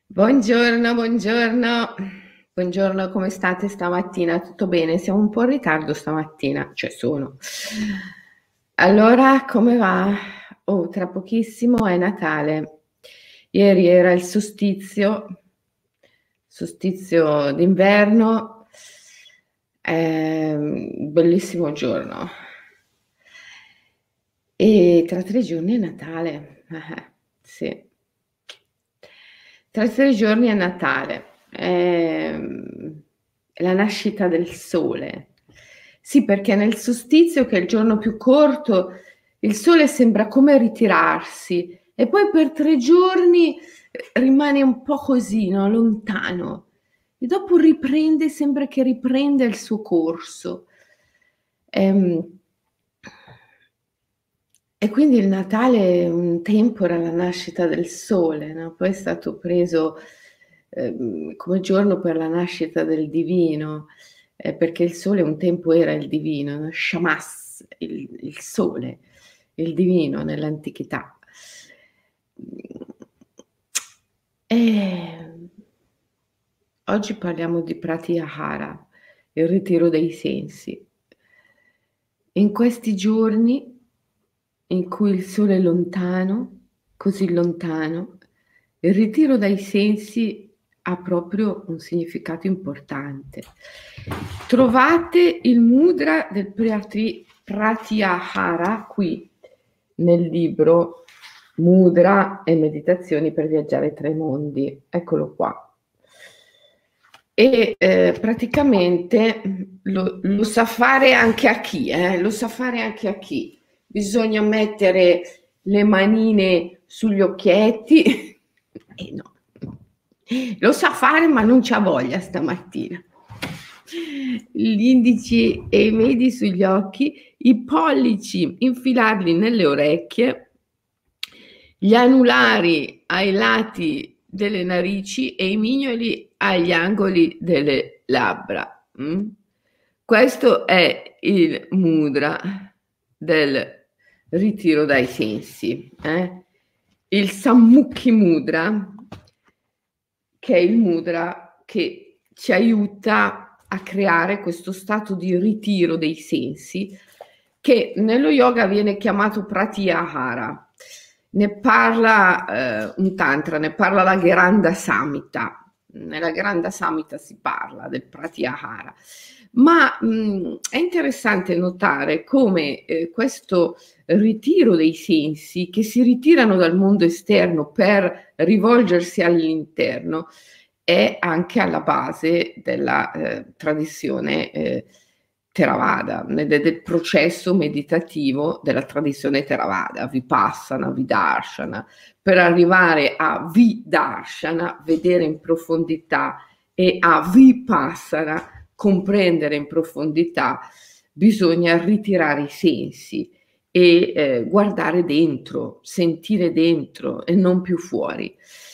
Buongiorno, buongiorno. Buongiorno, come state stamattina? Tutto bene? Siamo un po' in ritardo stamattina, cioè sono. Allora, come va? Oh, tra pochissimo è Natale. Ieri era il solstizio d'inverno, bellissimo giorno. E tra 3 giorni è Natale. Sì. Tra 3 giorni è Natale, è la nascita del sole. Sì, perché nel solstizio, che è il giorno più corto, il sole sembra come ritirarsi e poi per 3 giorni rimane un po' così, no? Lontano. E dopo riprende, sembra che riprenda il suo corso. Ehm, e quindi il Natale un tempo era la nascita del sole, no? Poi è stato preso come giorno per la nascita del divino, perché il sole un tempo era il divino, no? Shamash, il sole, il divino nell'antichità. E oggi parliamo di Pratyahara, il ritiro dei sensi. In questi giorni in cui il sole è lontano, così lontano, il ritiro dai sensi ha proprio un significato importante. Trovate il mudra del Pratyahara qui nel libro Mudra e meditazioni per viaggiare tra i mondi. Eccolo qua. E praticamente lo sa fare anche a chi, lo sa fare anche a chi. Bisogna mettere le manine sugli occhietti. No, lo sa fare ma non c'ha voglia stamattina. Gli indici e i medi sugli occhi, i pollici infilarli nelle orecchie, gli anulari ai lati delle narici e i mignoli agli angoli delle labbra. Questo è il mudra del ritiro dai sensi. Il Sammukhi Mudra, che è il mudra che ci aiuta a creare questo stato di ritiro dei sensi, che nello yoga viene chiamato Pratyahara. Ne parla un tantra, ne parla la Gheranda Samhita. Nella Gheranda Samhita si parla del Pratyahara. Ma è interessante notare come questo ritiro dei sensi, che si ritirano dal mondo esterno per rivolgersi all'interno, è anche alla base della tradizione Theravada, del processo meditativo della tradizione Theravada, Vipassana, Vidarshana, per arrivare a Vidarshana, vedere in profondità, e a Vipassana, comprendere in profondità, bisogna ritirare i sensi e guardare dentro, sentire dentro e non più fuori.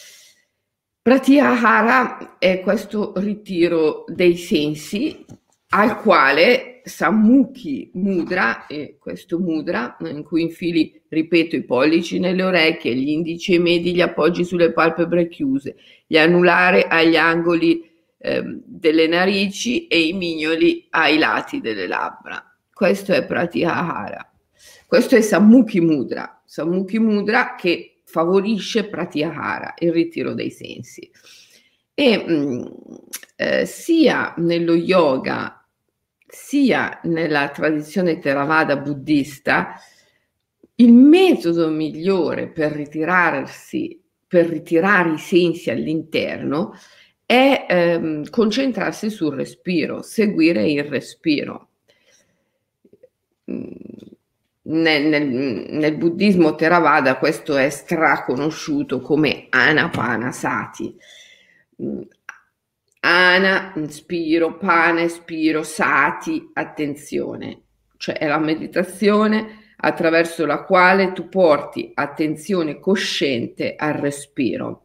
Pratyahara è questo ritiro dei sensi al quale Sammukhi Mudra, e questo mudra in cui infili, ripeto, i pollici nelle orecchie, gli indici e i medi gli appoggi sulle palpebre chiuse, gli anulari agli angoli delle narici e i mignoli ai lati delle labbra. Questo è Pratyahara. Questo è Sammukhi Mudra che favorisce Pratyahara, il ritiro dei sensi. E sia nello yoga sia nella tradizione Theravada buddista, il metodo migliore per ritirare i sensi all'interno è concentrarsi sul respiro, seguire il respiro. Nel buddismo Theravada questo è straconosciuto come Anapanasati. Ana, inspiro, pana, espiro, sati, attenzione. Cioè è la meditazione attraverso la quale tu porti attenzione cosciente al respiro.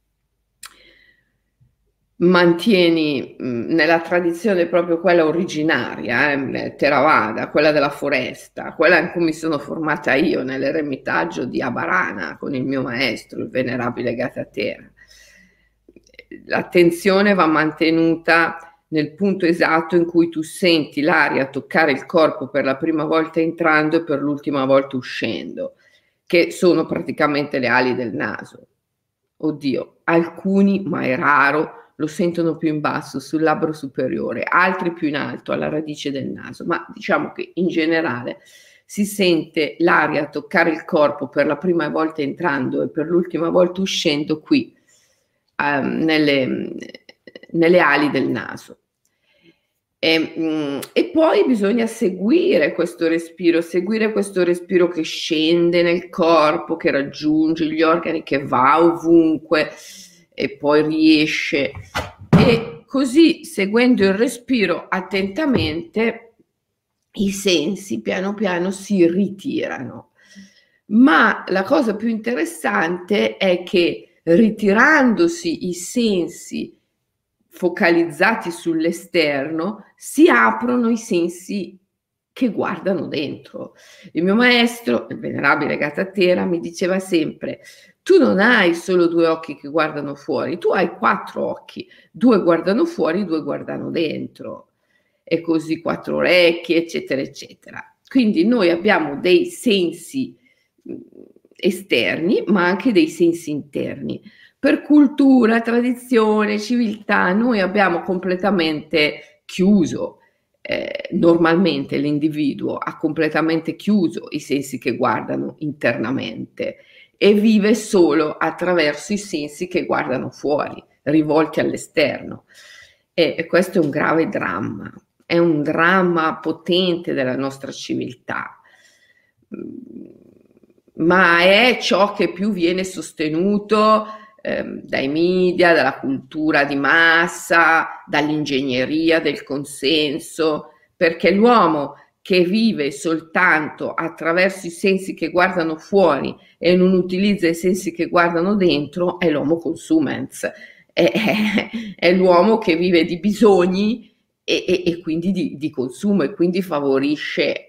Mantieni nella tradizione proprio quella originaria, Theravada, quella della foresta, quella in cui mi sono formata io nell'eremitaggio di Abarana con il mio maestro, il venerabile Gatatera. l'attenzione va mantenuta nel punto esatto in cui tu senti l'aria toccare il corpo per la prima volta entrando e per l'ultima volta uscendo, che sono praticamente le ali del naso. Oddio, alcuni, ma è raro, lo sentono più in basso, sul labbro superiore, altri più in alto, alla radice del naso, ma diciamo che in generale si sente l'aria toccare il corpo per la prima volta entrando e per l'ultima volta uscendo qui, nelle ali del naso. E poi bisogna seguire questo respiro che scende nel corpo, che raggiunge gli organi, che va ovunque e poi riesce. E così, seguendo il respiro attentamente, i sensi piano piano si ritirano. Ma la cosa più interessante è che ritirandosi i sensi focalizzati sull'esterno, si aprono i sensi che guardano dentro. Il mio maestro, il venerabile Gatatera, mi diceva sempre: tu non hai solo 2 occhi che guardano fuori, tu hai 4 occhi, 2 guardano fuori, 2 guardano dentro, e così 4 orecchie, eccetera, eccetera. Quindi noi abbiamo dei sensi esterni, ma anche dei sensi interni. Per cultura, tradizione, civiltà, noi abbiamo completamente chiuso, normalmente l'individuo ha completamente chiuso i sensi che guardano internamente e vive solo attraverso i sensi che guardano fuori, rivolti all'esterno. E questo è un grave dramma, è un dramma potente della nostra civiltà, ma è ciò che più viene sostenuto dai media, dalla cultura di massa, dall'ingegneria del consenso, perché l'uomo che vive soltanto attraverso i sensi che guardano fuori e non utilizza i sensi che guardano dentro è l'homo consumens, è l'uomo che vive di bisogni e quindi di consumo, e quindi favorisce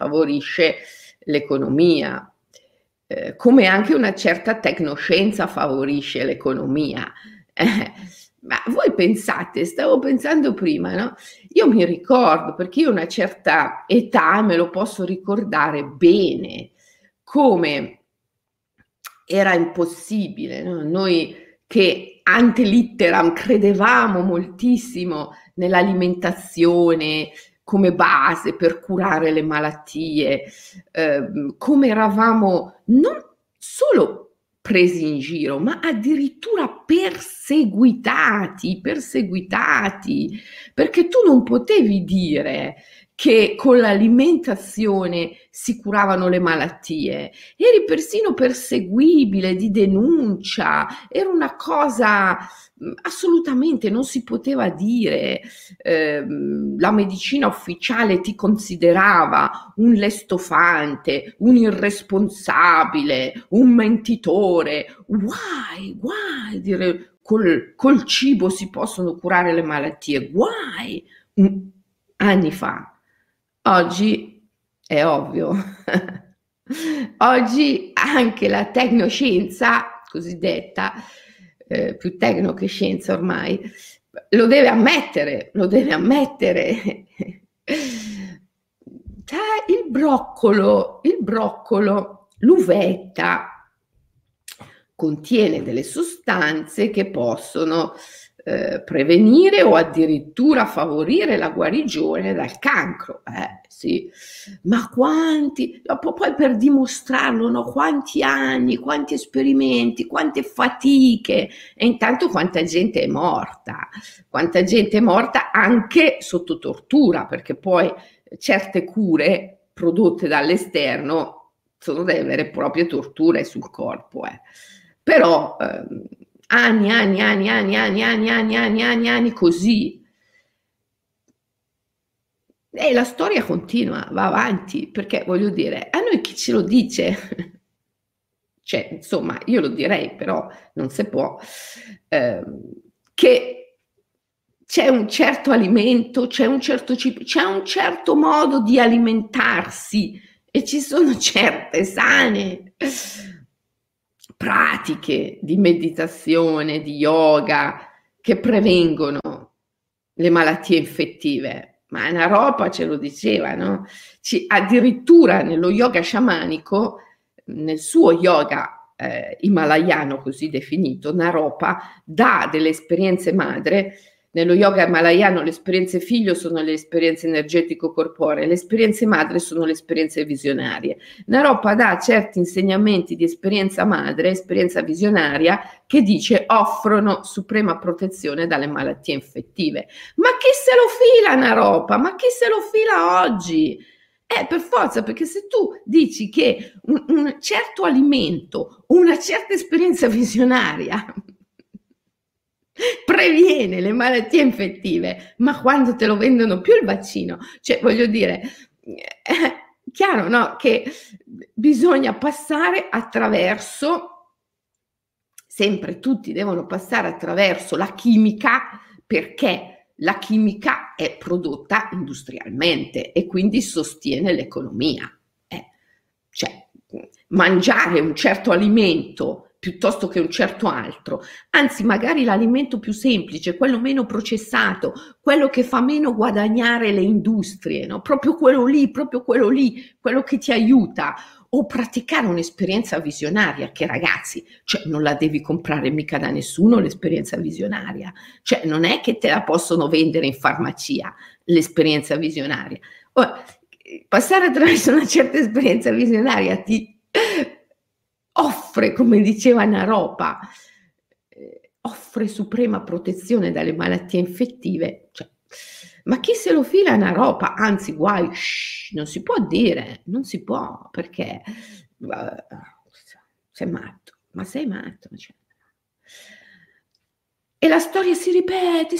l'economia. Come anche una certa tecnoscienza favorisce l'economia. Ma voi pensate, stavo pensando prima, no? Io mi ricordo, perché io ho una certa età me lo posso ricordare bene, come era impossibile, no? Noi che ante litteram credevamo moltissimo nell'alimentazione come base per curare le malattie, come eravamo non solo presi in giro, ma addirittura perseguitati, perché tu non potevi dire che con l'alimentazione si curavano le malattie, eri persino perseguibile, di denuncia, era una cosa assolutamente non si poteva dire. La medicina ufficiale ti considerava un lestofante, un irresponsabile, un mentitore. Guai, dire col cibo si possono curare le malattie, guai, anni fa. Oggi è ovvio. Oggi anche la tecnoscienza cosiddetta, più tecno che scienza ormai, lo deve ammettere. Il broccolo, l'uvetta contiene delle sostanze che possono prevenire o addirittura favorire la guarigione dal cancro. Sì, ma quanti, poi per dimostrarlo, no? Quanti anni, quanti esperimenti, quante fatiche, e intanto quanta gente è morta anche sotto tortura, perché poi certe cure prodotte dall'esterno sono delle vere e proprie torture sul corpo. Però anni così. E la storia continua, va avanti, perché voglio dire, a noi chi ce lo dice? Cioè, insomma, io lo direi, però non si può, che c'è un certo alimento, c'è un certo cibo, c'è un certo modo di alimentarsi e ci sono certe sane pratiche di meditazione, di yoga, che prevengono le malattie infettive, ma Naropa ce lo diceva, no? Addirittura nello yoga sciamanico, nel suo yoga himalayano così definito, Naropa dà delle esperienze madre. Nello yoga himalayano le esperienze figlio sono le esperienze energetico-corporee, le esperienze madre sono le esperienze visionarie. Naropa dà certi insegnamenti di esperienza madre, esperienza visionaria, che dice offrono suprema protezione dalle malattie infettive. Ma chi se lo fila Naropa? Ma chi se lo fila oggi? Per forza, perché se tu dici che un certo alimento, una certa esperienza visionaria previene le malattie infettive, ma quando te lo vendono più il vaccino, cioè voglio dire, chiaro, no? Che bisogna passare attraverso, sempre tutti devono passare attraverso la chimica, perché la chimica è prodotta industrialmente e quindi sostiene l'economia. Cioè, mangiare un certo alimento piuttosto che un certo altro, anzi magari l'alimento più semplice, quello meno processato, quello che fa meno guadagnare le industrie, no? Proprio quello lì, quello che ti aiuta, o praticare un'esperienza visionaria che, ragazzi, cioè non la devi comprare mica da nessuno l'esperienza visionaria, cioè non è che te la possono vendere in farmacia l'esperienza visionaria. Passare attraverso una certa esperienza visionaria ti offre, come diceva Naropa, offre suprema protezione dalle malattie infettive. Cioè, ma chi se lo fila Naropa? Anzi, guai, non si può dire, non si può, perché sei matto, ma sei matto. Cioè. E la storia si ripete,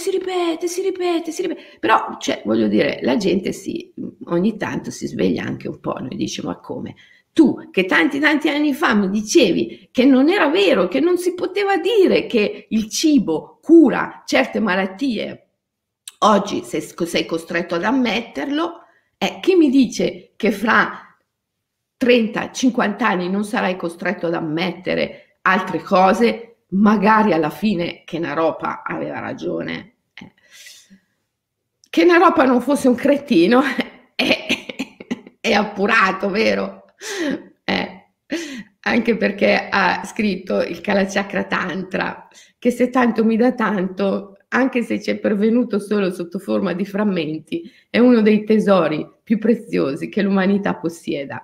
però, cioè, voglio dire, la gente ogni tanto si sveglia anche un po', noi dice, ma come? Tu, che tanti anni fa mi dicevi che non era vero, che non si poteva dire che il cibo cura certe malattie, oggi sei costretto ad ammetterlo, chi mi dice che fra 30-50 anni non sarai costretto ad ammettere altre cose? Magari alla fine che Naropa aveva ragione, che Naropa non fosse un cretino è appurato, vero? Anche perché ha scritto il Kalachakra Tantra, che se tanto mi dà tanto, anche se ci è pervenuto solo sotto forma di frammenti, è uno dei tesori più preziosi che l'umanità possieda.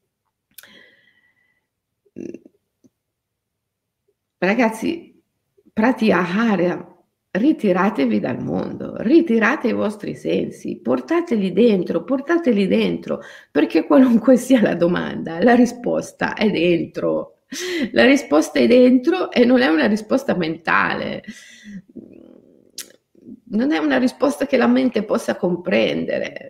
Ragazzi, pratyahara, ritiratevi dal mondo, ritirate i vostri sensi, portateli dentro, perché qualunque sia la domanda, la risposta è dentro. La risposta è dentro e non è una risposta mentale, non è una risposta che la mente possa comprendere,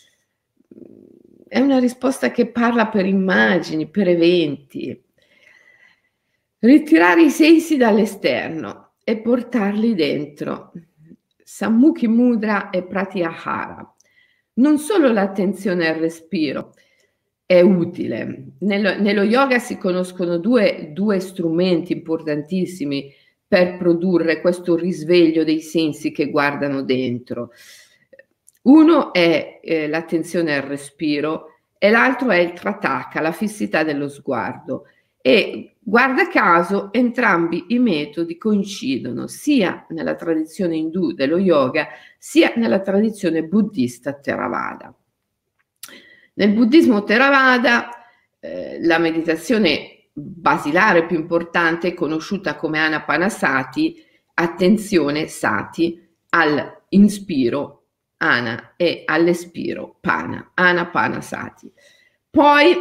è una risposta che parla per immagini, per eventi. Ritirare i sensi dall'esterno e portarli dentro. Sammukhi Mudra e Pratyahara. Non solo l'attenzione al respiro è utile. Nello yoga si conoscono due strumenti importantissimi per produrre questo risveglio dei sensi che guardano dentro. Uno è l'attenzione al respiro e l'altro è il Trataka, la fissità dello sguardo. E guarda caso entrambi i metodi coincidono sia nella tradizione indù dello yoga sia nella tradizione buddista Theravada. Nel buddismo Theravada la meditazione basilare più importante è conosciuta come Anapanasati, attenzione Sati all'inspiro Ana e all'espiro Pana, Anapanasati. Poi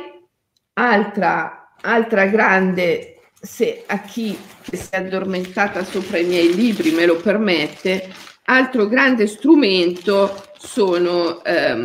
altra grande, se a chi si è addormentata sopra i miei libri me lo permette, altro grande strumento sono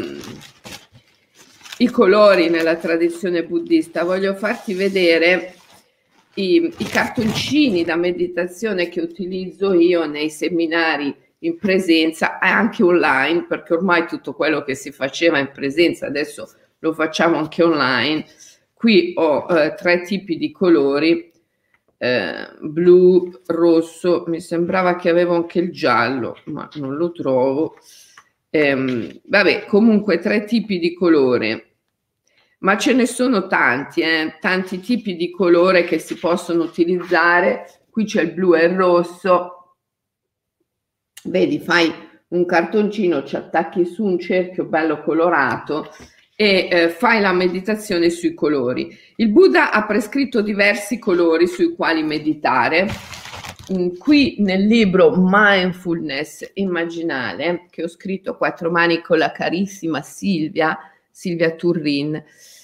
i colori nella tradizione buddista. Voglio farti vedere i cartoncini da meditazione che utilizzo io nei seminari in presenza e anche online, perché ormai tutto quello che si faceva in presenza adesso lo facciamo anche online. Qui ho 3 tipi di colori. blu, rosso, mi sembrava che avevo anche il giallo, ma non lo trovo. Vabbè, comunque 3 tipi di colore, ma ce ne sono tanti, tanti tipi di colore che si possono utilizzare. Qui c'è il blu e il rosso, vedi, fai un cartoncino, ci attacchi su un cerchio bello colorato e fai la meditazione sui colori. Il Buddha ha prescritto diversi colori sui quali meditare. Qui nel libro Mindfulness immaginale, che ho scritto a 4 mani con la carissima Silvia Turrin,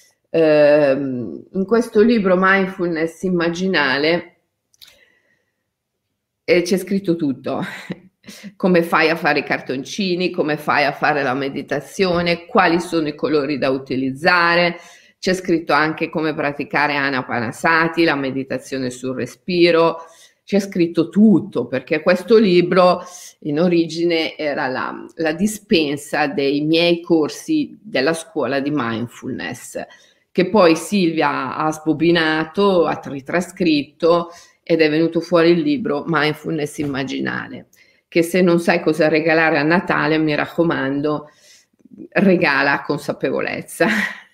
in questo libro Mindfulness immaginale c'è scritto tutto. Come fai a fare i cartoncini, come fai a fare la meditazione, quali sono i colori da utilizzare. C'è scritto anche come praticare Anapanasati, la meditazione sul respiro. C'è scritto tutto, perché questo libro in origine era la dispensa dei miei corsi della scuola di mindfulness, che poi Silvia ha sbobinato, ha ritrascritto ed è venuto fuori il libro Mindfulness immaginale, che se non sai cosa regalare a Natale, mi raccomando, regala consapevolezza.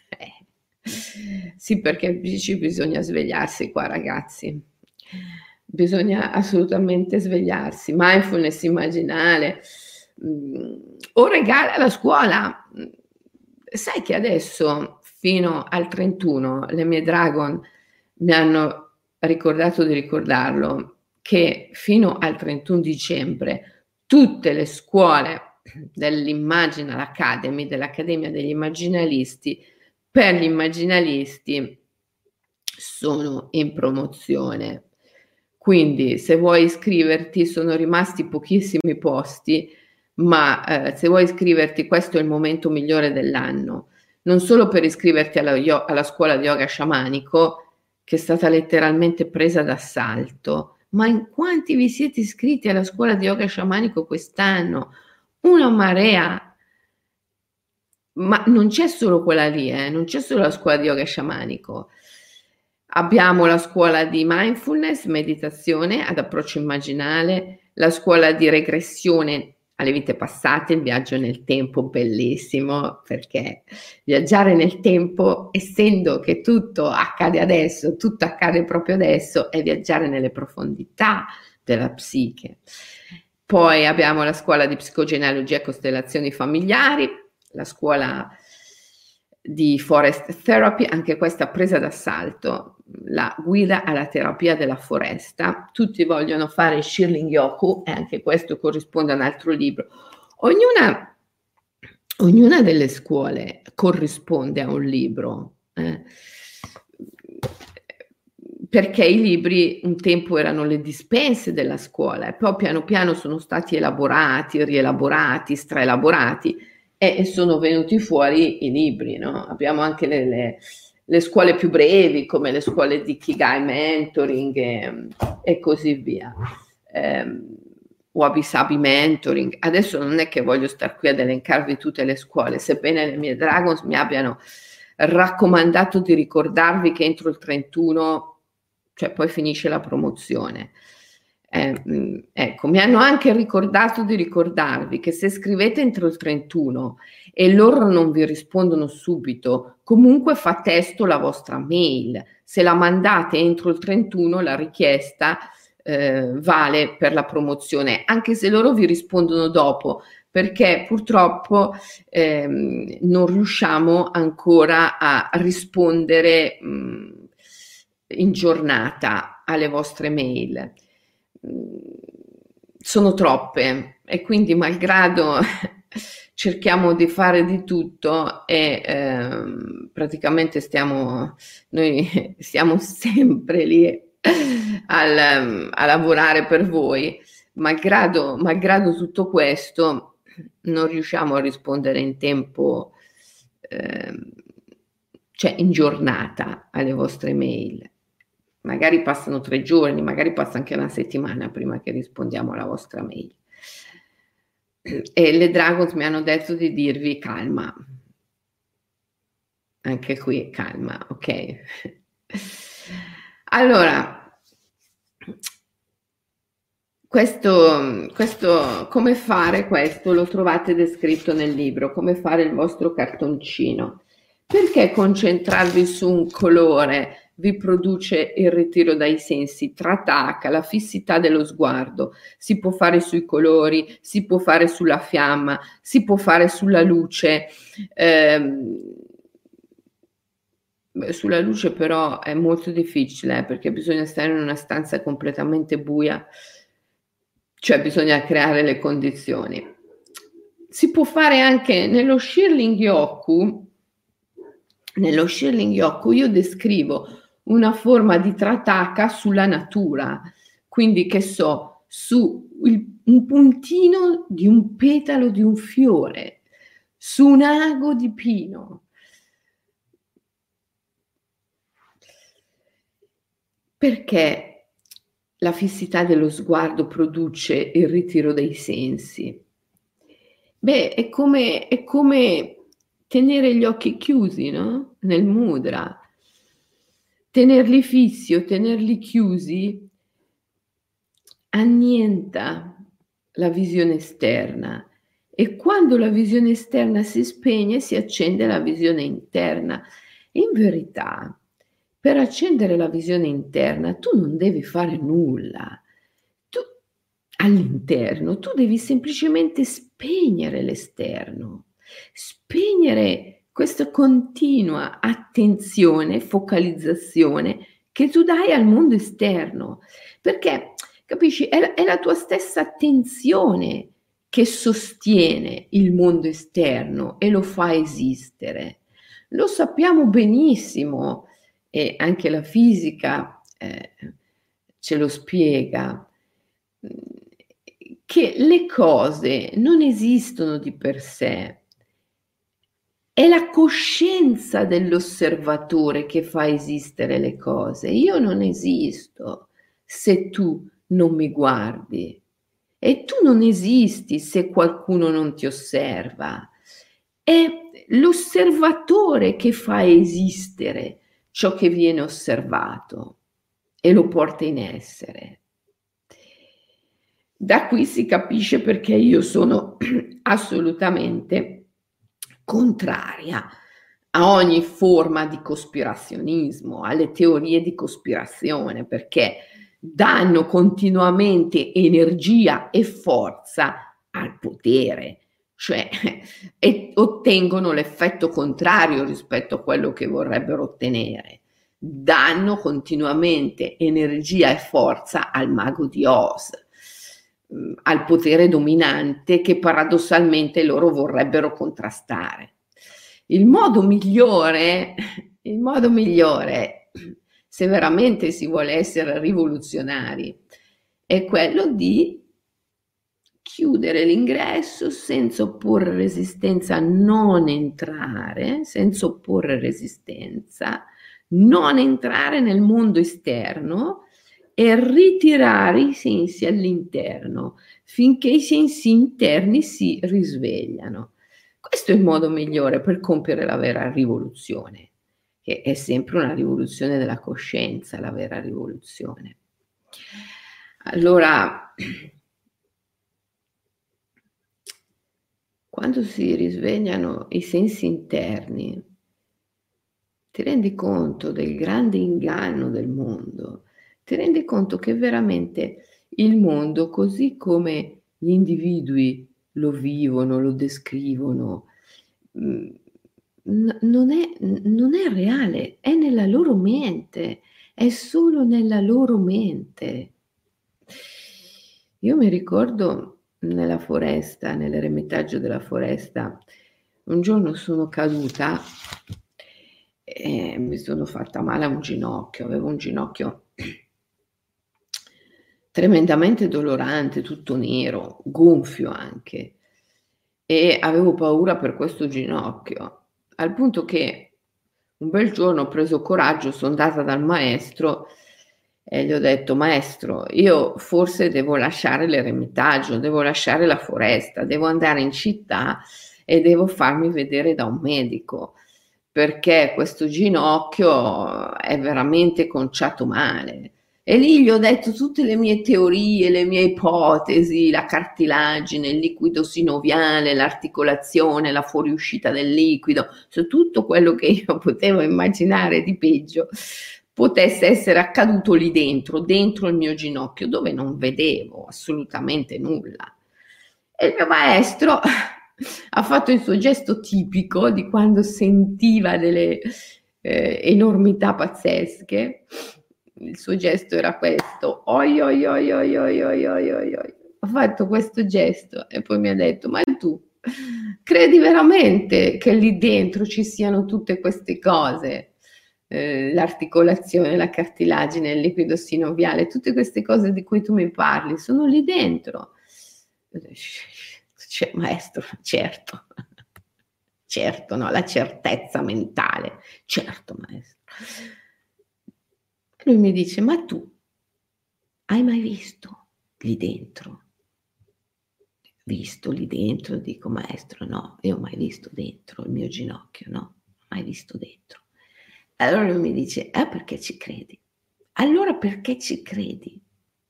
Sì, perché bisogna svegliarsi qua, ragazzi. Bisogna assolutamente svegliarsi. Mindfulness immaginale. O regala alla scuola. Sai che adesso, fino al 31, le mie Dragon mi hanno ricordato di ricordarlo, che fino al 31 dicembre tutte le scuole dell'Imaginal Academy, dell'Accademia degli Immaginalisti, per gli immaginalisti sono in promozione. Quindi se vuoi iscriverti, sono rimasti pochissimi posti, ma se vuoi iscriverti questo è il momento migliore dell'anno, non solo per iscriverti alla scuola di yoga sciamanico, che è stata letteralmente presa d'assalto, ma in quanti vi siete iscritti alla scuola di yoga sciamanico quest'anno? Una marea. Ma non c'è solo quella lì, non c'è solo la scuola di yoga sciamanico. Abbiamo la scuola di mindfulness, meditazione ad approccio immaginale, la scuola di regressione alle vite passate, il viaggio nel tempo, bellissimo, perché viaggiare nel tempo, essendo che tutto accade adesso, tutto accade proprio adesso, è viaggiare nelle profondità della psiche. Poi abbiamo la scuola di psicogenealogia e costellazioni familiari, la scuola di Forest Therapy, anche questa presa d'assalto, la guida alla terapia della foresta. Tutti vogliono fare Shirling Yoku e anche questo corrisponde a un altro libro. Ognuna delle scuole corrisponde a un libro, perché i libri un tempo erano le dispense della scuola e poi piano piano sono stati elaborati, rielaborati, straelaborati e sono venuti fuori i libri, no? Abbiamo anche le scuole più brevi, come le scuole di Ikigai Mentoring e così via. Wabi Sabi Mentoring. Adesso non è che voglio star qui ad elencarvi tutte le scuole, sebbene le mie Dragons mi abbiano raccomandato di ricordarvi che entro il 31, cioè poi finisce la promozione. Ecco, mi hanno anche ricordato di ricordarvi che se scrivete entro il 31 e loro non vi rispondono subito, comunque fa testo la vostra mail. Se la mandate entro il 31, la richiesta vale per la promozione, anche se loro vi rispondono dopo, perché purtroppo non riusciamo ancora a rispondere in giornata alle vostre mail. Sono troppe e quindi malgrado cerchiamo di fare di tutto e praticamente noi stiamo sempre lì a lavorare per voi, malgrado tutto questo non riusciamo a rispondere in tempo, cioè in giornata alle vostre mail. Magari passano 3 giorni, magari passa anche una settimana prima che rispondiamo alla vostra mail. E le Dragons mi hanno detto di dirvi calma. Anche qui calma, ok? Allora, come fare questo lo trovate descritto nel libro, come fare il vostro cartoncino. Perché concentrarvi su un colore vi produce il ritiro dai sensi? Trataca, la fissità dello sguardo, si può fare sui colori, si può fare sulla fiamma, si può fare sulla luce. Sulla luce però è molto difficile, perché bisogna stare in una stanza completamente buia, cioè bisogna creare le condizioni. Si può fare anche nello Shirling-yoku. Nello Shirling-yoku io descrivo una forma di trataka sulla natura, quindi che so, su un puntino di un petalo di un fiore, su un ago di pino. Perché la fissità dello sguardo produce il ritiro dei sensi? Beh, è come tenere gli occhi chiusi, no? Nel mudra. Tenerli fissi o tenerli chiusi annienta la visione esterna, e quando la visione esterna si spegne si accende la visione interna. In verità, per accendere la visione interna tu non devi fare nulla. Tu all'interno, tu devi semplicemente spegnere l'esterno, spegnere questa continua attenzione, focalizzazione che tu dai al mondo esterno, perché capisci, è la tua stessa attenzione che sostiene il mondo esterno e lo fa esistere. Lo sappiamo benissimo, e anche la fisica ce lo spiega, che le cose non esistono di per sé. È la coscienza dell'osservatore che fa esistere le cose. Io non esisto se tu non mi guardi, e tu non esisti se qualcuno non ti osserva. È l'osservatore che fa esistere ciò che viene osservato e lo porta in essere. Da qui si capisce perché io sono assolutamente contraria a ogni forma di cospirazionismo, alle teorie di cospirazione, perché danno continuamente energia e forza al potere, cioè e ottengono l'effetto contrario rispetto a quello che vorrebbero ottenere. Danno continuamente energia e forza al mago di Oz, al potere dominante che paradossalmente loro vorrebbero contrastare. Il modo migliore, se veramente si vuole essere rivoluzionari, è quello di chiudere l'ingresso senza opporre resistenza, non entrare, senza opporre resistenza, non entrare nel mondo esterno e ritirare i sensi all'interno finché i sensi interni si risvegliano. Questo è il modo migliore per compiere la vera rivoluzione, che è sempre una rivoluzione della coscienza, la vera rivoluzione. Allora, quando si risvegliano i sensi interni, ti rendi conto del grande inganno del mondo, ti rendi conto che veramente il mondo, così come gli individui lo vivono, lo descrivono, non è reale, è nella loro mente, è solo nella loro mente. Io mi ricordo nella foresta, nell'eremitaggio della foresta, un giorno sono caduta e mi sono fatta male a un ginocchio, avevo un ginocchio tremendamente dolorante, tutto nero, gonfio anche, e avevo paura per questo ginocchio, al punto che un bel giorno ho preso coraggio, sono andata dal maestro e gli ho detto: maestro, io forse devo lasciare l'eremitaggio, devo lasciare la foresta, devo andare in città e devo farmi vedere da un medico, perché questo ginocchio è veramente conciato male E lì gli ho detto tutte le mie teorie, le mie ipotesi, la cartilagine, il liquido sinoviale, l'articolazione, la fuoriuscita del liquido, su tutto quello che io potevo immaginare di peggio potesse essere accaduto lì dentro il mio ginocchio, dove non vedevo assolutamente nulla. E il mio maestro ha fatto il suo gesto tipico di quando sentiva delle enormità pazzesche. Il suo gesto era questo, oi oi oi oi oi oi oi oi oi. Ha fatto questo gesto e poi mi ha detto, ma tu credi veramente che lì dentro ci siano tutte queste cose? L'articolazione, la cartilagine, il liquido sinoviale, tutte queste cose di cui tu mi parli, sono lì dentro. Cioè, maestro, certo, certo, no, la certezza mentale, certo, maestro. Lui mi dice, ma tu hai mai visto lì dentro? Visto lì dentro? Dico, maestro, no, io ho mai visto dentro il mio ginocchio, no, mai visto dentro. Allora lui mi dice, perché ci credi? Allora perché ci credi?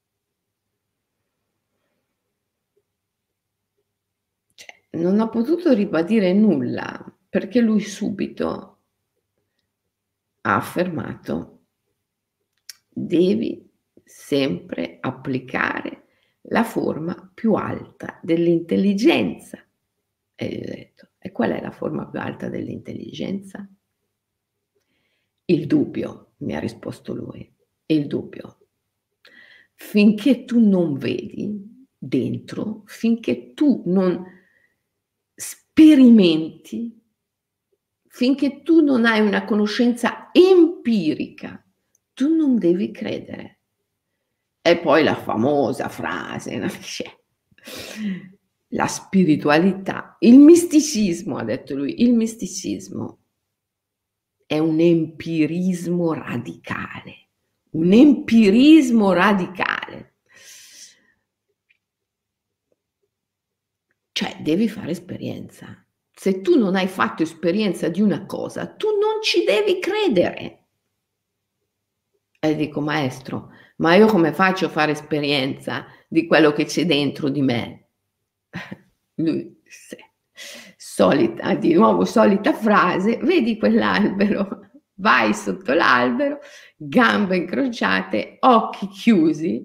Cioè, non ho potuto ribadire nulla perché lui subito ha affermato, devi sempre applicare la forma più alta dell'intelligenza. E gli ho detto, e qual è la forma più alta dell'intelligenza? Il dubbio, mi ha risposto lui, il dubbio. Finché tu non vedi dentro, finché tu non sperimenti, finché tu non hai una conoscenza empirica, tu non devi credere. E poi la famosa frase, no? La spiritualità, il misticismo, ha detto lui, il misticismo è un empirismo radicale, un empirismo radicale. Cioè, devi fare esperienza. Se tu non hai fatto esperienza di una cosa, tu non ci devi credere. E dico, maestro, ma io come faccio a fare esperienza di quello che c'è dentro di me? Lui, solita, di nuovo solita frase, vedi quell'albero, vai sotto l'albero, gambe incrociate, occhi chiusi,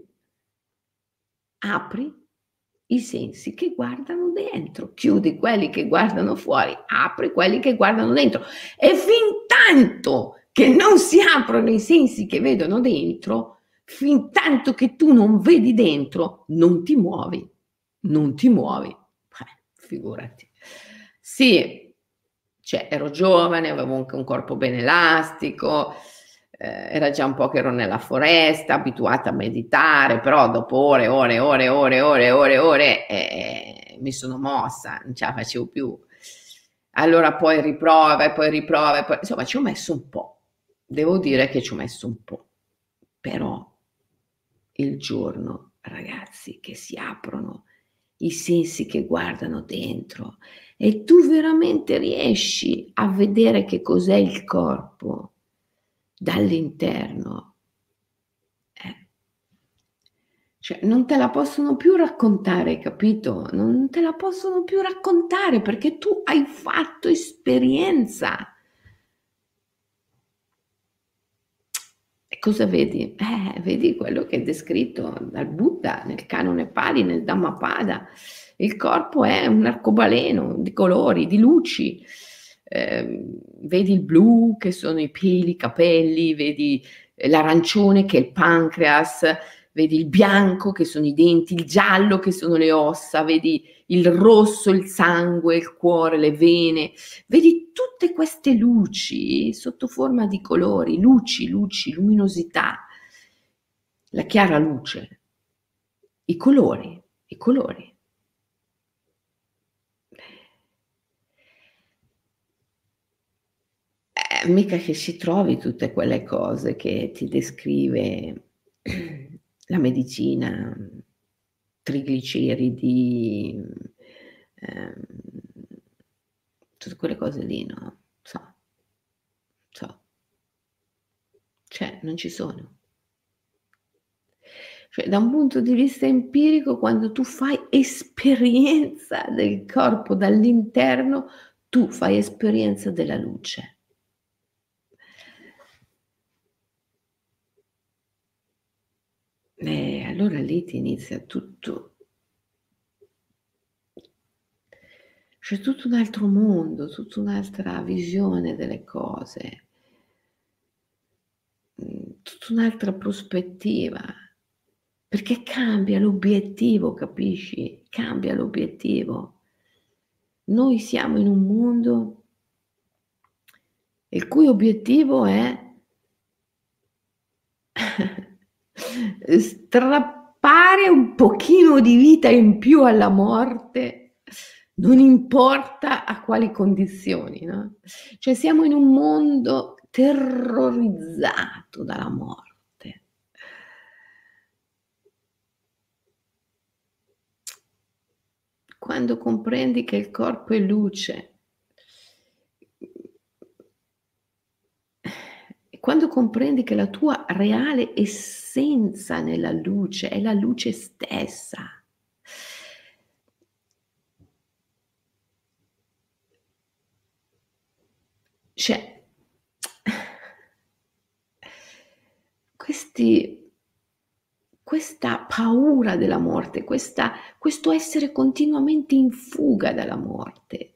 apri i sensi che guardano dentro, chiudi quelli che guardano fuori, apri quelli che guardano dentro. E fin tanto che non si aprono i sensi che vedono dentro, fin tanto che tu non vedi dentro, non ti muovi, non ti muovi. Figurati. Sì, cioè ero giovane, avevo anche un corpo ben elastico, era già un po' che ero nella foresta, abituata a meditare, però dopo ore, ore, ore, ore, ore, ore, ore, mi sono mossa, non ce la facevo più. Allora poi riprova e poi riprova, e poi, insomma ci ho messo un po', devo dire che ci ho messo un po', però il giorno, ragazzi, che si aprono i sensi che guardano dentro e tu veramente riesci a vedere che cos'è il corpo dall'interno. Cioè, non te la possono più raccontare, capito? Non te la possono più raccontare perché tu hai fatto esperienza. E cosa vedi? Vedi quello che è descritto dal Buddha nel canone Pali, nel Dhammapada. Il corpo è un arcobaleno di colori, di luci. Vedi il blu che sono i peli, i capelli, vedi l'arancione che è il pancreas, vedi il bianco che sono i denti, il giallo che sono le ossa, vedi il rosso, il sangue, il cuore, le vene. Vedi tutte queste luci sotto forma di colori, luci, luci, luminosità, la chiara luce, i colori, i colori. Mica che si trovi tutte quelle cose che ti descrive la medicina, trigliceridi, ehm, tutte quelle cose lì, no? So, cioè non ci sono. Cioè, da un punto di vista empirico, quando tu fai esperienza del corpo dall'interno, tu fai esperienza della luce. E allora lì ti inizia tutto. C'è tutto un altro mondo, tutta un'altra visione delle cose, tutta un'altra prospettiva, perché cambia l'obiettivo, capisci? Cambia l'obiettivo. Noi siamo in un mondo il cui obiettivo è strappare un pochino di vita in più alla morte, non importa a quali condizioni, no? Cioè siamo in un mondo terrorizzato dalla morte. Quando comprendi che il corpo è luce, e quando comprendi che la tua reale essenza nella luce è la luce stessa, cioè questa paura della morte, questo essere continuamente in fuga dalla morte,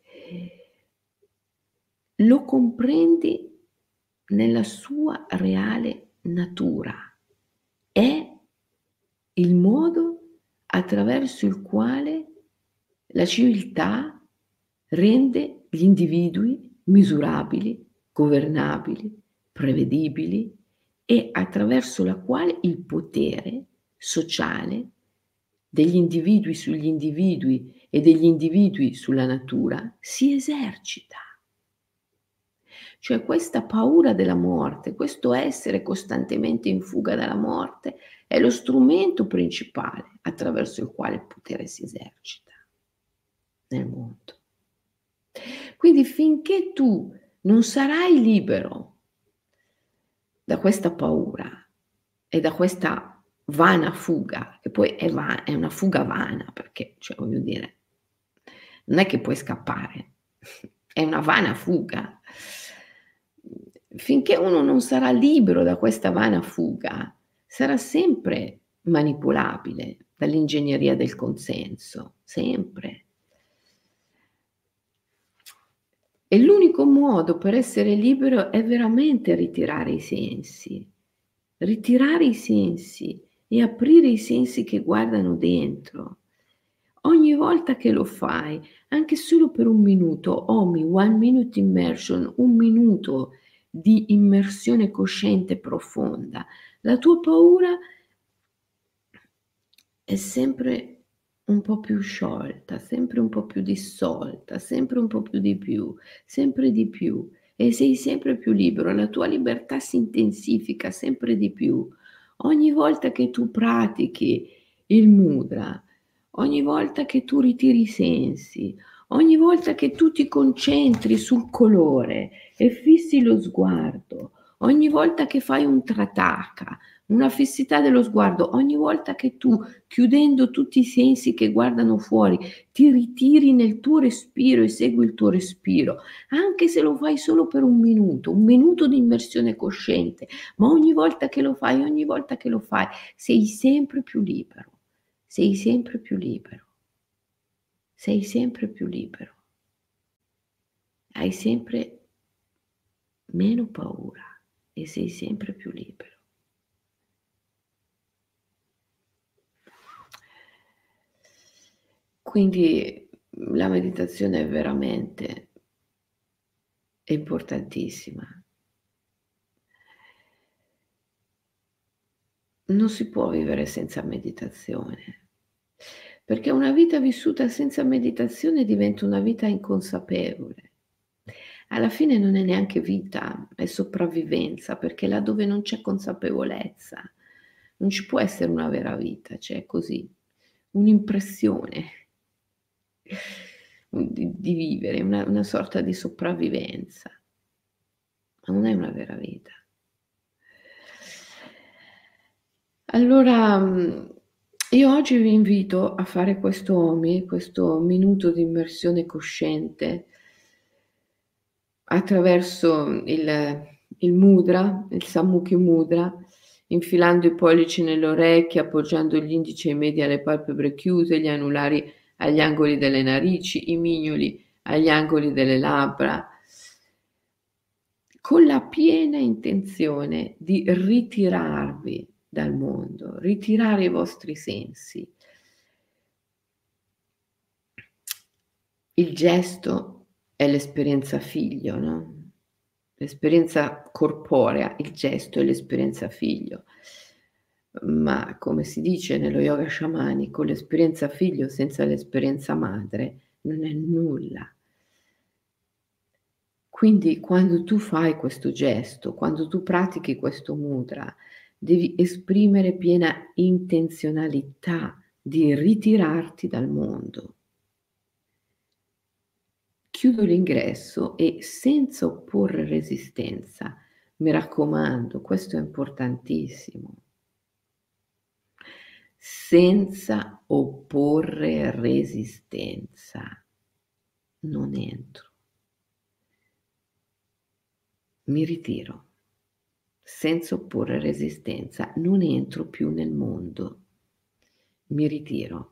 lo comprendi nella sua reale natura. È il modo attraverso il quale la civiltà rende gli individui misurabili, governabili, prevedibili e attraverso la quale il potere sociale degli individui sugli individui e degli individui sulla natura si esercita. Cioè questa paura della morte, questo essere costantemente in fuga dalla morte è lo strumento principale attraverso il quale il potere si esercita nel mondo. Quindi finché tu non sarai libero da questa paura e da questa vana fuga, che poi è una fuga vana, perché, cioè, voglio dire, non è che puoi scappare, è una vana fuga. Finché uno non sarà libero da questa vana fuga, sarà sempre manipolabile dall'ingegneria del consenso, sempre. E l'unico modo per essere libero è veramente ritirare i sensi e aprire i sensi che guardano dentro. Ogni volta che lo fai, anche solo per un minuto, OMI, 1 minute immersion, 1 minuto di immersione cosciente profonda, la tua paura è sempre un po' più sciolta, sempre un po' più dissolta, sempre un po' più di più, sempre di più, e sei sempre più libero, la tua libertà si intensifica sempre di più. Ogni volta che tu pratichi il mudra, ogni volta che tu ritiri i sensi, ogni volta che tu ti concentri sul colore e fissi lo sguardo, ogni volta che fai un trataka, una fissità dello sguardo, ogni volta che tu, chiudendo tutti i sensi che guardano fuori, ti ritiri nel tuo respiro e segui il tuo respiro, anche se lo fai solo per 1 minuto di immersione cosciente, ma ogni volta che lo fai, sei sempre più libero, sei sempre più libero, sei sempre più libero, hai sempre meno paura e sei sempre più libero. Quindi la meditazione è veramente importantissima. Non si può vivere senza meditazione, perché una vita vissuta senza meditazione diventa una vita inconsapevole. Alla fine non è neanche vita, è sopravvivenza, perché là dove non c'è consapevolezza non ci può essere una vera vita, cioè così, un'impressione di vivere, una sorta di sopravvivenza, ma non è una vera vita. Allora, io oggi vi invito a fare questo minuto di immersione cosciente attraverso il mudra, il Sammukhi Mudra, infilando i pollici nelle orecchie, appoggiando gli indici e i medi alle palpebre chiuse, gli anulari agli angoli delle narici, i mignoli agli angoli delle labbra, con la piena intenzione di ritirarvi dal mondo, ritirare i vostri sensi. Il gesto è l'esperienza figlio, no? L'esperienza corporea, il gesto è l'esperienza figlio. Ma come si dice nello yoga sciamanico, l'esperienza figlio senza l'esperienza madre non è nulla. Quindi quando tu fai questo gesto, quando tu pratichi questo mudra, devi esprimere piena intenzionalità di ritirarti dal mondo. Chiudo l'ingresso e senza opporre resistenza, mi raccomando, questo è importantissimo, senza opporre resistenza, non entro, mi ritiro, senza opporre resistenza, non entro più nel mondo, mi ritiro.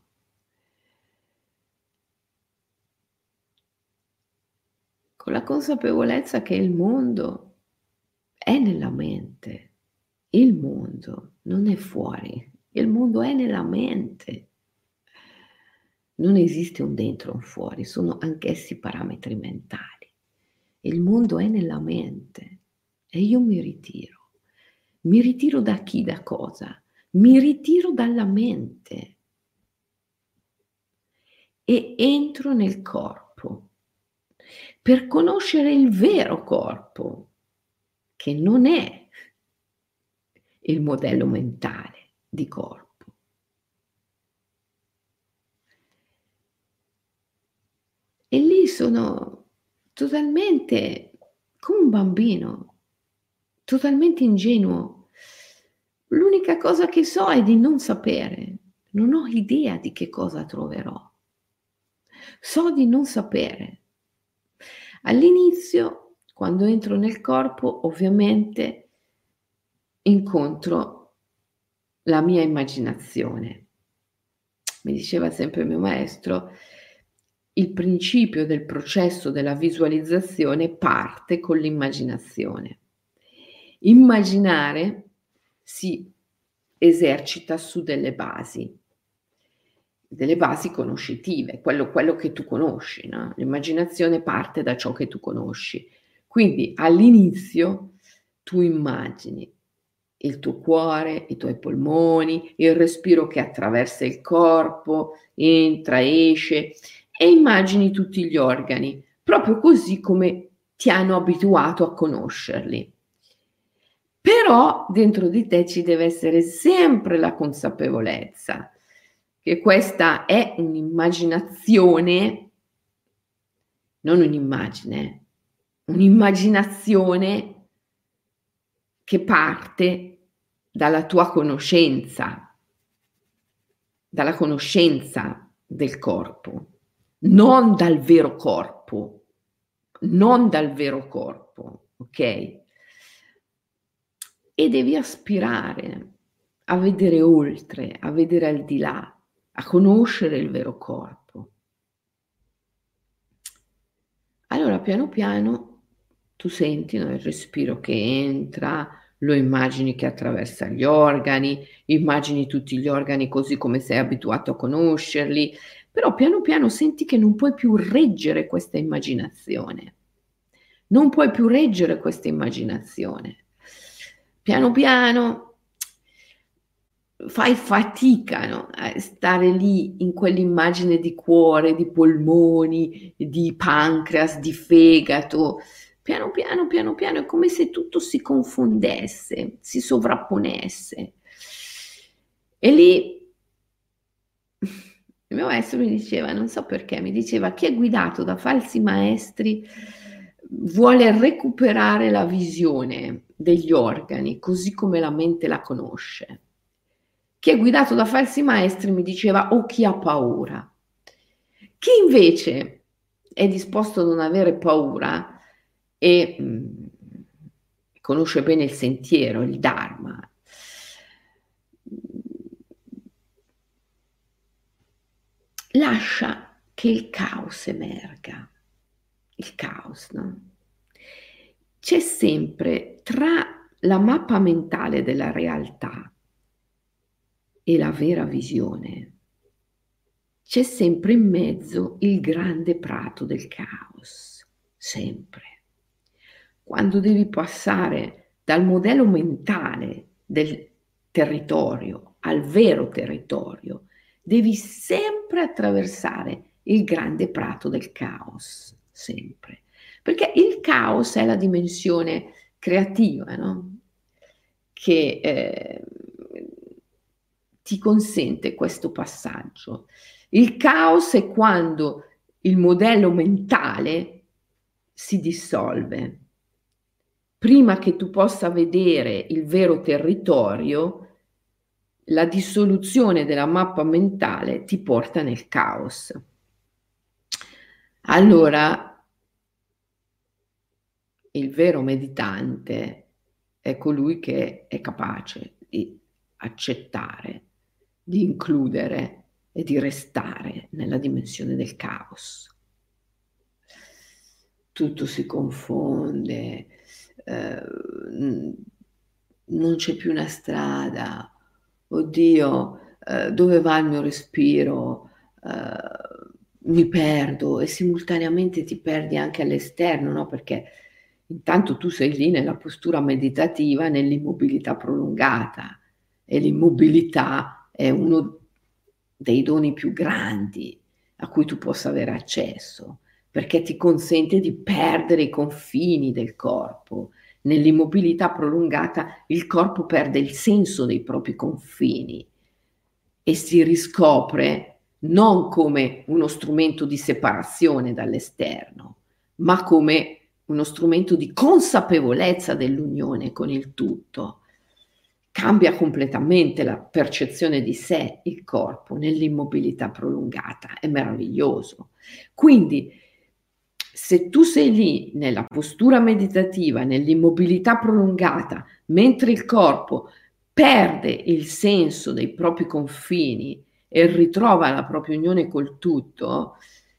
Con la consapevolezza che il mondo è nella mente, il mondo non è fuori, il mondo è nella mente. Non esiste un dentro e un fuori, sono anch'essi parametri mentali. Il mondo è nella mente e io mi ritiro. Mi ritiro da chi, da cosa? Mi ritiro dalla mente e entro nel corpo per conoscere il vero corpo, che non è il modello mentale di corpo. E lì sono totalmente come un bambino, totalmente ingenuo. L'unica cosa che so è di non sapere, non ho idea di che cosa troverò. So di non sapere. All'inizio, quando entro nel corpo, ovviamente incontro la mia immaginazione. Mi diceva sempre il mio maestro, il principio del processo della visualizzazione parte con l'immaginazione. Immaginare si esercita su delle basi conoscitive, quello che tu conosci, no? L'immaginazione parte da ciò che tu conosci. Quindi all'inizio tu immagini il tuo cuore, i tuoi polmoni, il respiro che attraversa il corpo, entra, esce e immagini tutti gli organi, proprio così come ti hanno abituato a conoscerli. Però dentro di te ci deve essere sempre la consapevolezza che questa è un'immaginazione, non un'immagine, un'immaginazione che parte dalla tua conoscenza, dalla conoscenza del corpo, non dal vero corpo, non dal vero corpo, ok? E devi aspirare a vedere oltre, a vedere al di là, a conoscere il vero corpo. Allora piano piano tu senti, no, il respiro che entra, lo immagini che attraversa gli organi, immagini tutti gli organi così come sei abituato a conoscerli, però piano piano senti che non puoi più reggere questa immaginazione. Non puoi più reggere questa immaginazione. Piano piano fai fatica, no, a stare lì in quell'immagine di cuore, di polmoni, di pancreas, di fegato. Piano piano, piano piano, è come se tutto si confondesse, si sovrapponesse. E lì il mio maestro mi diceva, non so perché, mi diceva chi è guidato da falsi maestri vuole recuperare la visione degli organi così come la mente la conosce. Chi è guidato da falsi maestri mi diceva o chi ha paura. Chi invece è disposto a non avere paura e conosce bene il sentiero, il Dharma, lascia che il caos emerga. Il caos, no? C'è sempre tra la mappa mentale della realtà e la vera visione, c'è sempre in mezzo il grande prato del caos, sempre. Quando devi passare dal modello mentale del territorio al vero territorio, devi sempre attraversare il grande prato del caos, sempre. Perché il caos è la dimensione creativa, no? Che ti consente questo passaggio. Il caos è quando il modello mentale si dissolve. Prima che tu possa vedere il vero territorio, la dissoluzione della mappa mentale ti porta nel caos. Allora, il vero meditante è colui che è capace di accettare, di includere e di restare nella dimensione del caos. Tutto si confonde, non c'è più una strada, oddio, dove va il mio respiro? Mi perdo e simultaneamente ti perdi anche all'esterno, no? Perché intanto tu sei lì nella postura meditativa, nell'immobilità prolungata e l'immobilità è uno dei doni più grandi a cui tu possa avere accesso, perché ti consente di perdere i confini del corpo. Nell'immobilità prolungata il corpo perde il senso dei propri confini e si riscopre non come uno strumento di separazione dall'esterno, ma come uno strumento di consapevolezza dell'unione con il tutto. Cambia completamente la percezione di sé, il corpo, nell'immobilità prolungata. È meraviglioso. Quindi, se tu sei lì nella postura meditativa, nell'immobilità prolungata, mentre il corpo perde il senso dei propri confini e ritrova la propria unione col tutto,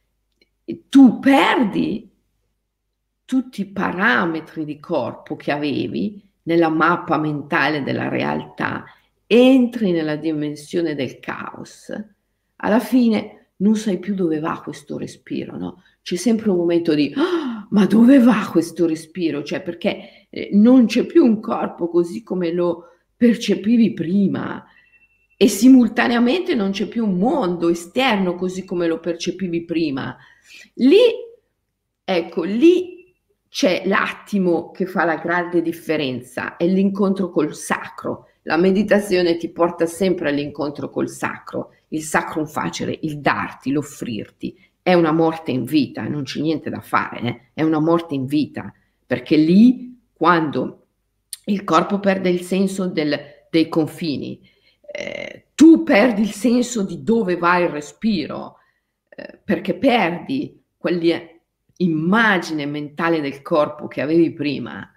tu perdi tutti i parametri di corpo che avevi nella mappa mentale della realtà, entri nella dimensione del caos, alla fine non sai più dove va questo respiro, no? C'è sempre un momento di ma dove va questo respiro? Cioè, perché non c'è più un corpo così come lo percepivi prima e simultaneamente non c'è più un mondo esterno così come lo percepivi prima. Lì, ecco, lì c'è l'attimo che fa la grande differenza, è l'incontro col sacro. La meditazione ti porta sempre all'incontro col sacro, il sacrum facere, il darti, l'offrirti. È una morte in vita, non c'è niente da fare, è una morte in vita, perché lì, quando il corpo perde il senso dei confini, tu perdi il senso di dove va il respiro, perché perdi quell'immagine mentale del corpo che avevi prima,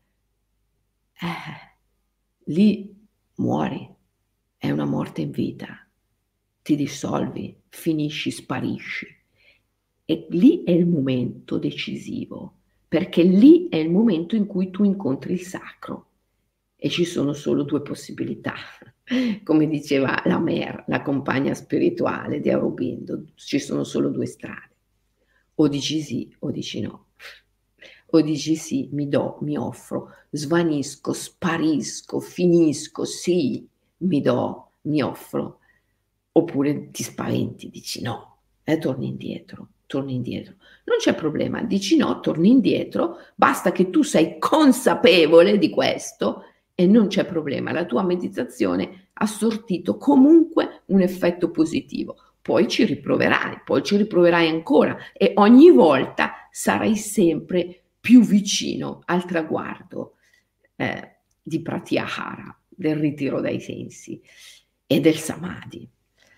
lì muori, è una morte in vita, ti dissolvi, finisci, sparisci. E lì è il momento decisivo, perché lì è il momento in cui tu incontri il sacro e ci sono solo due possibilità. Come diceva la Mer, la compagna spirituale di Aurobindo, ci sono solo due strade. O dici sì o dici no. O dici sì, mi do, mi offro, svanisco, sparisco, finisco, sì, mi do, mi offro. Oppure ti spaventi, dici no e torni indietro, torni indietro. Non c'è problema, dici no, torni indietro, basta che tu sei consapevole di questo e non c'è problema, la tua meditazione ha sortito comunque un effetto positivo. Poi ci riproverai ancora e ogni volta sarai sempre più vicino al traguardo di Pratyahara, del ritiro dai sensi. e del samadhi.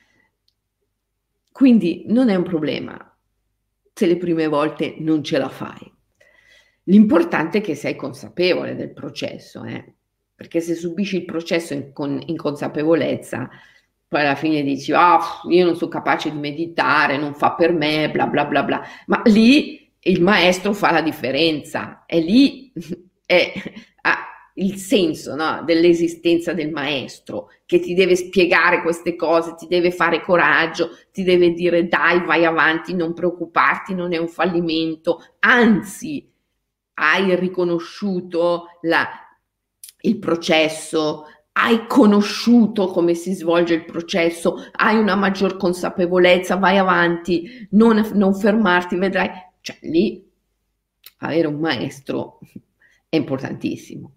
Quindi non è un problema se le prime volte non ce la fai. L'importante è che sei consapevole del processo, perché se subisci il processo in consapevolezza, poi alla fine dici, io non sono capace di meditare, non fa per me, bla bla bla bla. Ma lì il maestro fa la differenza, e lì è il senso, no, dell'esistenza del maestro, che ti deve spiegare queste cose, ti deve fare coraggio, ti deve dire dai, vai avanti, non preoccuparti, non è un fallimento, anzi hai riconosciuto il processo, hai conosciuto come si svolge il processo, hai una maggior consapevolezza, vai avanti, non fermarti, vedrai. Cioè lì avere un maestro è importantissimo.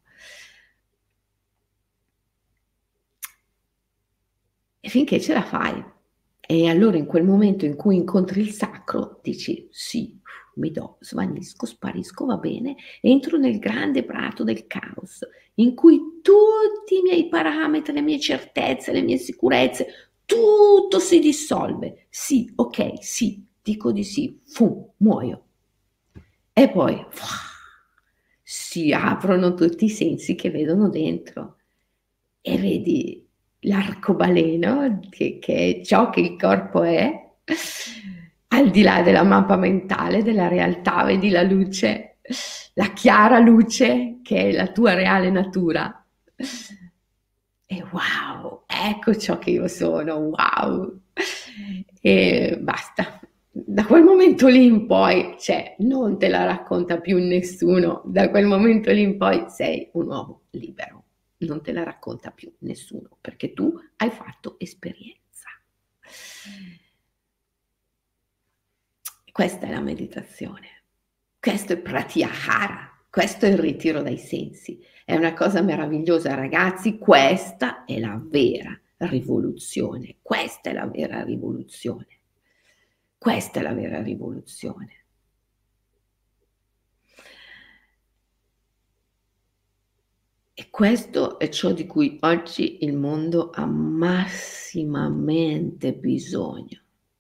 E finché ce la fai. E allora in quel momento in cui incontri il sacro, dici sì, mi do, svanisco, sparisco, va bene, entro nel grande prato del caos, in cui tutti i miei parametri, le mie certezze, le mie sicurezze, tutto si dissolve. Sì, ok, sì, dico di sì, muoio. E poi si aprono tutti i sensi che vedono dentro e vedi l'arcobaleno, che è ciò che il corpo è, al di là della mappa mentale, della realtà, vedi la luce, la chiara luce che è la tua reale natura. E wow, ecco ciò che io sono, wow. E basta. Da quel momento lì in poi, cioè, non te la racconta più nessuno, da quel momento lì in poi sei un uomo libero. Non te la racconta più nessuno, perché tu hai fatto esperienza. Questa è la meditazione, questo è pratyahara, questo è il ritiro dai sensi. È una cosa meravigliosa, ragazzi, questa è la vera rivoluzione, questa è la vera rivoluzione, questa è la vera rivoluzione. E questo è ciò di cui oggi il mondo ha massimamente bisogno.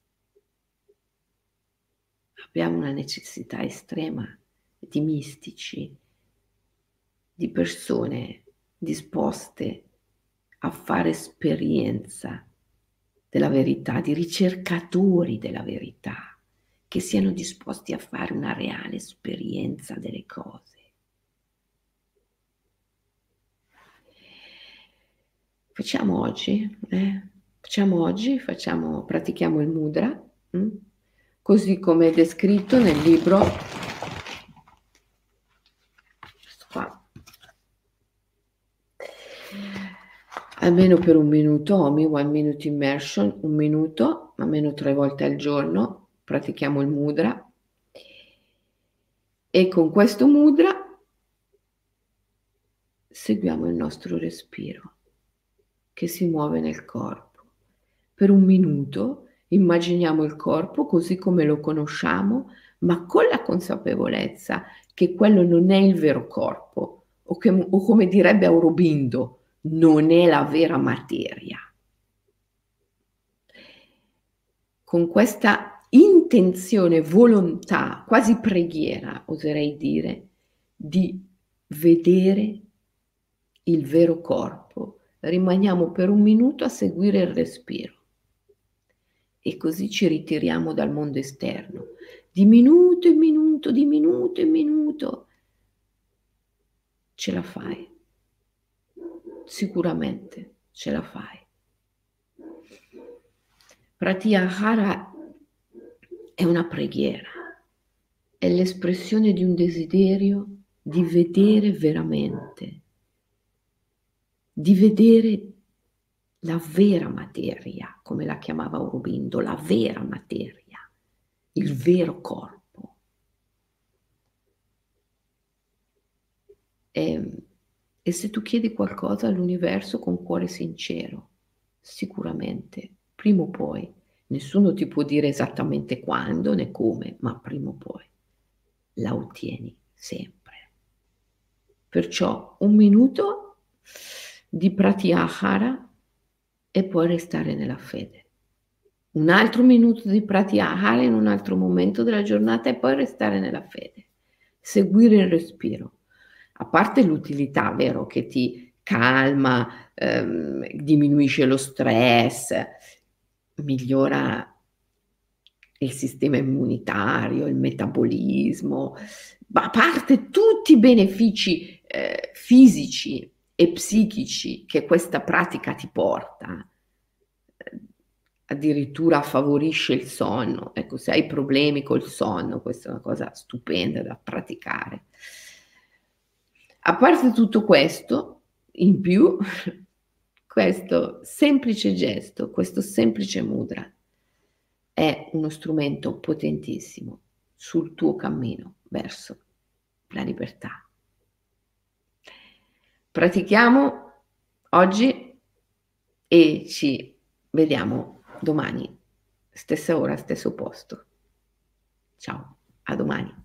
Abbiamo una necessità estrema di mistici, di persone disposte a fare esperienza della verità, di ricercatori della verità, che siano disposti a fare una reale esperienza delle cose. Facciamo oggi, pratichiamo il mudra, così come è descritto nel libro, qua, almeno per un minuto, OMI, 1 minute immersion, un minuto, almeno 3 volte al giorno, pratichiamo il mudra, e con questo mudra seguiamo il nostro respiro che si muove nel corpo. Per un minuto immaginiamo il corpo così come lo conosciamo, ma con la consapevolezza che quello non è il vero corpo, o come direbbe Aurobindo, non è la vera materia. Con questa intenzione, volontà, quasi preghiera, oserei dire, di vedere il vero corpo, rimaniamo per un minuto a seguire il respiro e così ci ritiriamo dal mondo esterno, di minuto in minuto, di minuto in minuto. Ce la fai, sicuramente ce la fai. Pratyahara è una preghiera, è l'espressione di un desiderio di vedere veramente, di vedere la vera materia, come la chiamava Aurobindo, la vera materia, il vero corpo. E se tu chiedi qualcosa all'universo con cuore sincero, sicuramente, prima o poi, nessuno ti può dire esattamente quando né come, ma prima o poi la ottieni sempre. Perciò un minuto di pratyahara e poi restare nella fede. Un altro minuto di praticare in un altro momento della giornata e poi restare nella fede. Seguire il respiro. A parte l'utilità, vero, che ti calma, diminuisce lo stress, migliora il sistema immunitario, il metabolismo, ma a parte tutti i benefici fisici e psichici che questa pratica ti porta, addirittura favorisce il sonno. Ecco, se hai problemi col sonno, questa è una cosa stupenda da praticare. A parte tutto questo, in più, questo semplice gesto, questo semplice mudra è uno strumento potentissimo sul tuo cammino verso la libertà. Pratichiamo oggi e ci vediamo domani, stessa ora, stesso posto. Ciao, a domani.